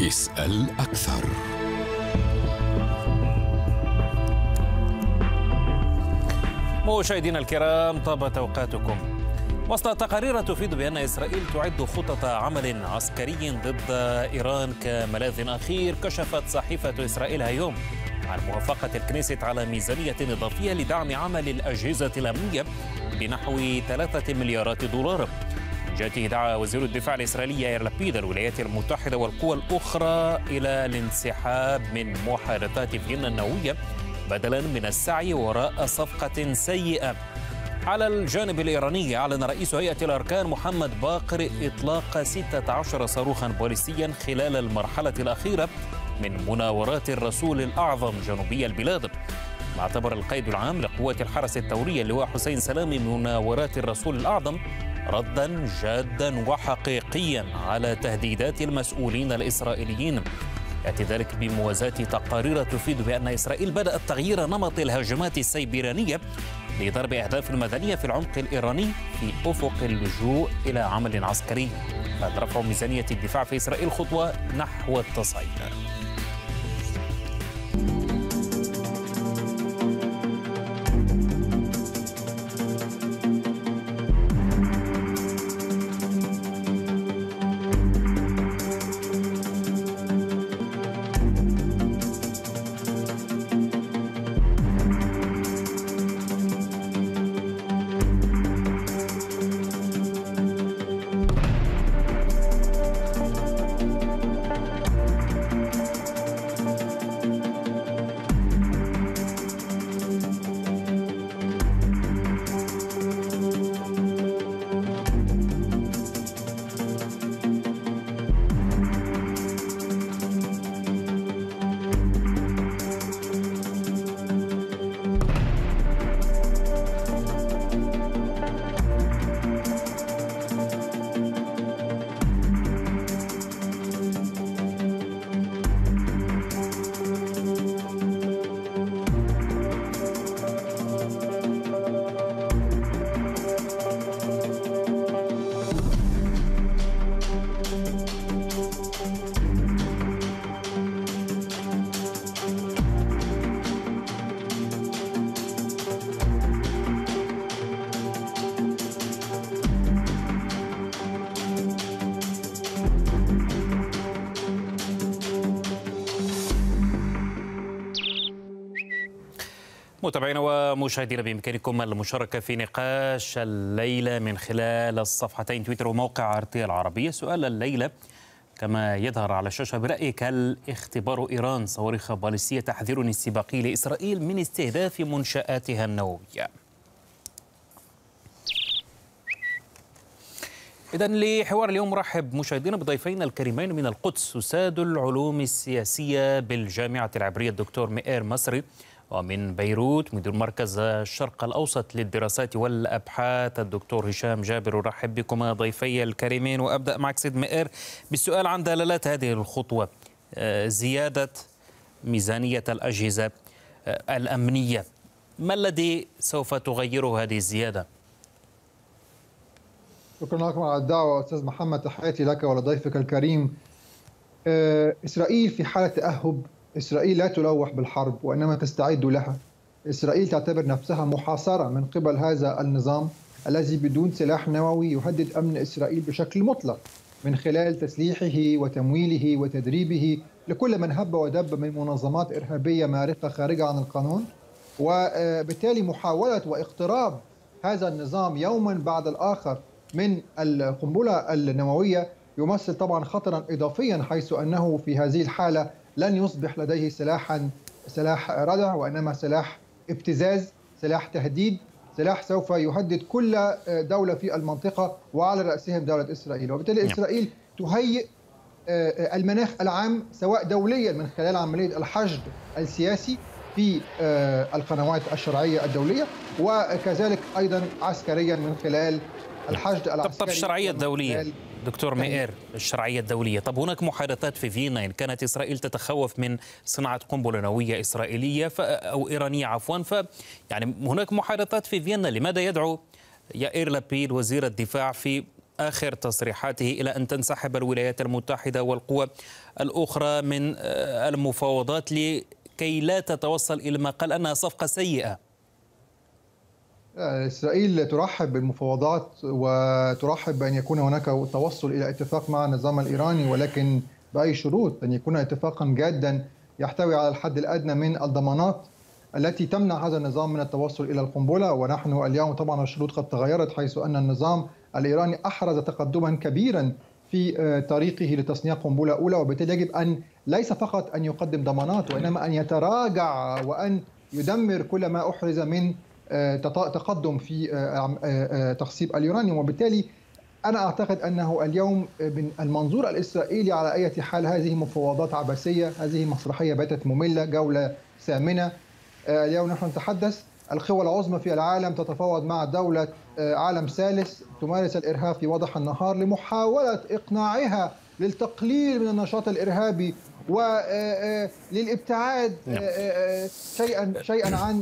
اسأل أكثر. مشاهدينا الكرام، طاب توقيتكم. وسط تقارير تفيد بأن إسرائيل تعد خطة عمل عسكري ضد إيران كملاذ أخير، كشفت صحيفة إسرائيل اليوم عن موافقة الكنيست على ميزانية إضافية لدعم عمل الأجهزة الأمنية بنحو 3 مليارات دولار. من جهته دعا وزير الدفاع الإسرائيلي يائير لابيد الولايات المتحدة والقوى الأخرى إلى الانسحاب من محادثات فيينا النووية بدلا من السعي وراء صفقة سيئة. على الجانب الإيراني، أعلن رئيس هيئة الأركان محمد باقر إطلاق 16 صاروخا باليستيا خلال المرحلة الأخيرة من مناورات الرسول الأعظم جنوبي البلاد. اعتبر القائد العام لقوات الحرس الثورية اللواء حسين سلامي مناورات الرسول الأعظم ردا جادا وحقيقيا على تهديدات المسؤولين الإسرائيليين. يأتي ذلك بموازاة تقارير تفيد بأن إسرائيل بدأت تغيير نمط الهجمات السيبرانية لضرب أهداف مدنية في العمق الإيراني في أفق اللجوء إلى عمل عسكري. بعد رفع ميزانية الدفاع في إسرائيل خطوة نحو التصعيد. متابعينا ومشاهدينا، بإمكانكم المشاركة في نقاش الليلة من خلال الصفحتين تويتر وموقع RT العربية. سؤال الليلة كما يظهر على الشاشة: برأيك هل اختبار إيران صواريخ باليستية تحذير استباقي لإسرائيل من استهداف منشآتها النووية؟ إذن لحوار اليوم مرحب مشاهدينا بضيفينا الكريمين من القدس، أستاذ العلوم السياسية بالجامعة العبرية الدكتور مئير مصري، ومن بيروت مدير مركز الشرق الأوسط للدراسات والأبحاث الدكتور هشام جابر. أرحب بكما ضيفي الكريمين، وأبدأ معك سيد مئير بالسؤال عن دلالات هذه الخطوة، زيادة ميزانية الأجهزة الأمنية، ما الذي سوف تغيره هذه الزيادة؟ شكرا لكم على الدعوة أستاذ محمد، تحياتي لك ولضيفك الكريم. إسرائيل في حالة تأهب. إسرائيل لا تلوح بالحرب وإنما تستعد لها. إسرائيل تعتبر نفسها محاصرة من قبل هذا النظام الذي بدون سلاح نووي يهدد أمن إسرائيل بشكل مطلق من خلال تسليحه وتمويله وتدريبه لكل من هب ودب من منظمات إرهابية مارقة خارجة عن القانون. وبالتالي محاولة واقتراب هذا النظام يوما بعد الآخر من القنبلة النووية يمثل طبعا خطرا إضافيا، حيث أنه في هذه الحالة لن يصبح لديه سلاح ردع، وإنما سلاح ابتزاز، سلاح تهديد، سلاح سوف يهدد كل دولة في المنطقة وعلى رأسهم دولة إسرائيل. وبالتالي إسرائيل تهيئ المناخ العام سواء دوليا من خلال عملية الحشد السياسي في القنوات الشرعية الدولية، وكذلك أيضا عسكريا من خلال الحشد العسكري. طب الشرعية الدولية دكتور مئير، الشرعية الدولية، طب هناك محادثات في فيينا، إن كانت إسرائيل تتخوف من صناعة قنبلة نووية إسرائيلية أو إيرانية عفوا، يعني هناك محادثات في فيينا، لماذا يدعو يائير لابيد وزير الدفاع في آخر تصريحاته إلى أن تنسحب الولايات المتحدة والقوى الأخرى من المفاوضات لكي لا تتوصل إلى ما قال أنها صفقة سيئة. إسرائيل ترحب بالمفاوضات وترحب بأن يكون هناك توصل إلى اتفاق مع النظام الإيراني، ولكن بأي شروط، أن يكون اتفاقا جادا يحتوي على الحد الأدنى من الضمانات التي تمنع هذا النظام من التوصل إلى القنبلة. ونحن اليوم طبعا الشروط قد تغيرت، حيث أن النظام الإيراني أحرز تقدما كبيرا في طريقه لتصنيع قنبلة أولى، وبالتالي يجب أن ليس فقط أن يقدم ضمانات، وإنما أن يتراجع وأن يدمر كل ما أحرز من تقدم في تخصيب اليورانيوم. وبالتالي أنا أعتقد أنه اليوم من المنظور الإسرائيلي على أي حال هذه مفاوضات عبثية، هذه مسرحية باتت مملة، جولة ثامنة. اليوم نحن نتحدث القوى العظمى في العالم تتفاوض مع دولة عالم ثالث تمارس الإرهاب في وضح النهار لمحاولة إقناعها للتقليل من النشاط الإرهابي وللابتعاد شيئا عن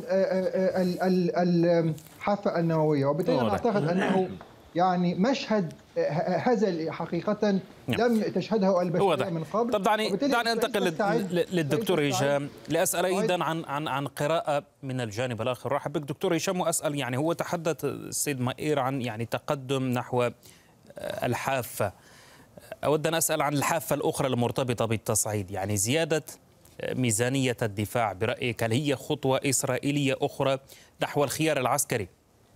الحافة النووية. وبالتالي أنا أعتقد أنه يعني مشهد هزل حقيقة لم تشهده البشرية من قبل. طب دعني أنتقل للدكتور هشام لأسأل أيضا عن قراءة من الجانب الآخر. رحب بك دكتور هشام، وأسأل يعني هو تحدث السيد مائير عن يعني تقدم نحو الحافة. أود أن أسأل عن الحافة الأخرى المرتبطة بالتصعيد، يعني زيادة ميزانية الدفاع برأيك هل هي خطوة إسرائيلية أخرى نحو الخيار العسكري؟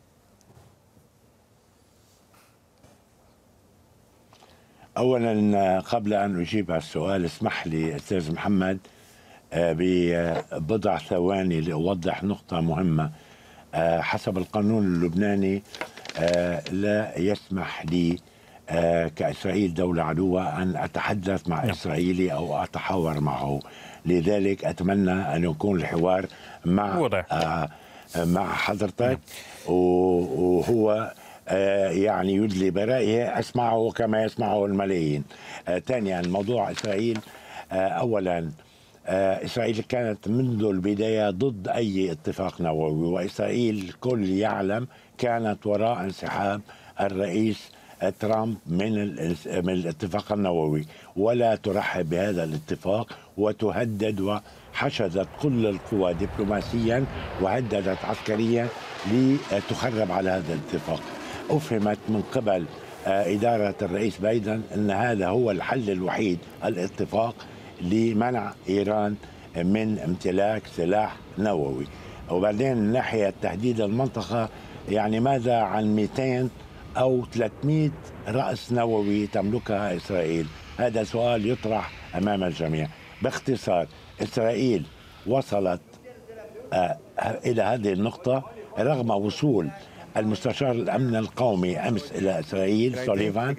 أولا قبل أن أجيب على السؤال اسمح لي أستاذ محمد ببضع ثواني لأوضح نقطة مهمة. حسب القانون اللبناني لا يسمح لي كإسرائيل دولة عدوة أن أتحدث مع إسرائيلي أو أتحاور معه. لذلك أتمنى أن يكون الحوار مع حضرتك وهو يعني يدلي برأيه أسمعه كما يسمعه الملايين. ثانيا موضوع إسرائيل. أولا إسرائيل كانت منذ البداية ضد أي اتفاق نووي، وإسرائيل الكل يعلم كانت وراء انسحاب الرئيس ترامب من الاتفاق النووي، ولا ترحب بهذا الاتفاق وتهدد وحشدت كل القوى دبلوماسيا وهددت عسكريا لتخرب على هذا الاتفاق. أفهمت من قبل إدارة الرئيس بايدن أن هذا هو الحل الوحيد، الاتفاق لمنع إيران من امتلاك سلاح نووي. وبعدين من ناحية تهديد المنطقة، يعني ماذا عن 200 أو 300 رأس نووي تملكها إسرائيل؟ هذا سؤال يطرح أمام الجميع. باختصار إسرائيل وصلت إلى هذه النقطة رغم وصول المستشار الأمن القومي أمس إلى إسرائيل سوليفان،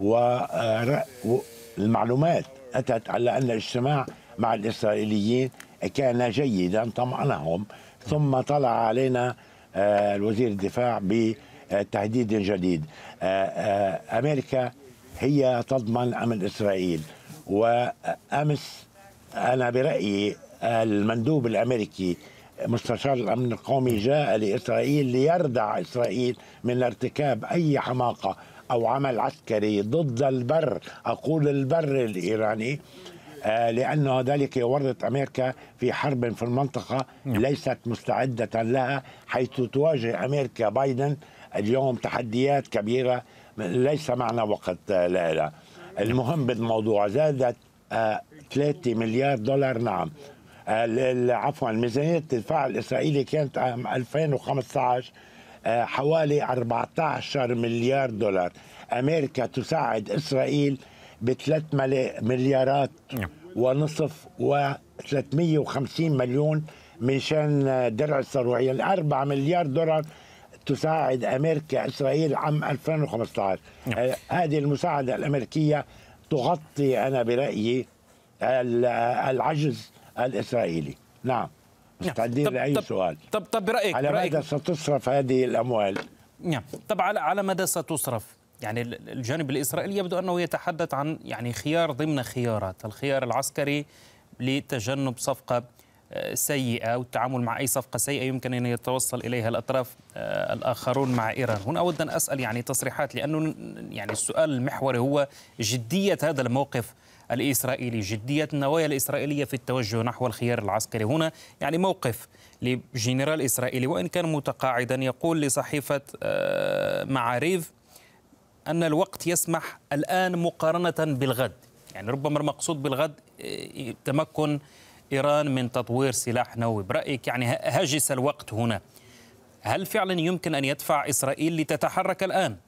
والمعلومات أتت على أن الاجتماع مع الإسرائيليين كان جيدا طمأنهم، ثم طلع علينا الوزير الدفاع بتهديد جديد. أمريكا هي تضمن أمن إسرائيل، وأمس أنا برأيي المندوب الأمريكي مستشار الأمن القومي جاء لإسرائيل ليردع إسرائيل من ارتكاب أي حماقة أو عمل عسكري ضد البر، أقول البر الإيراني، لأنه ذلك يورط أمريكا في حرب في المنطقة ليست مستعدة لها، حيث تواجه أمريكا بايدن اليوم تحديات كبيرة ليس معنا وقت لها. المهم بالموضوع زادت 3 مليار دولار. نعم، عفوا ميزانية الدفاع الإسرائيلي كانت عام 2015 حوالي 14 مليار دولار. أمريكا تساعد إسرائيل ب3 مليارات ونصف و350 مليون من شان درع الصاروخية. 4 مليار دولار تساعد أمريكا إسرائيل عام 2015. هذه المساعدة الأمريكية تغطي أنا برأيي العجز الإسرائيلي. نعم، مستعدين لأي سؤال. طب برأيك على ماذا ستصرف هذه الأموال؟ نعم، طب على ماذا ستصرف؟ يعني الجانب الإسرائيلي يبدو أنه يتحدث عن يعني خيار ضمن خيارات، الخيار العسكري لتجنب صفقة سيئة والتعامل مع أي صفقة سيئة يمكن أن يتوصل إليها الأطراف الآخرون مع إيران. هنا أود أن أسأل يعني تصريحات، لأنه يعني السؤال المحوري هو جدية هذا الموقف الإسرائيلي، جدية النوايا الإسرائيلية في التوجه نحو الخيار العسكري. هنا يعني موقف لجنرال إسرائيلي وإن كان متقاعدا يقول لصحيفة معاريف أن الوقت يسمح الآن مقارنة بالغد، يعني ربما المقصود بالغد تمكن إيران من تطوير سلاح نووي. برأيك يعني هاجس الوقت هنا، هل فعلا يمكن أن يدفع إسرائيل لتتحرك الآن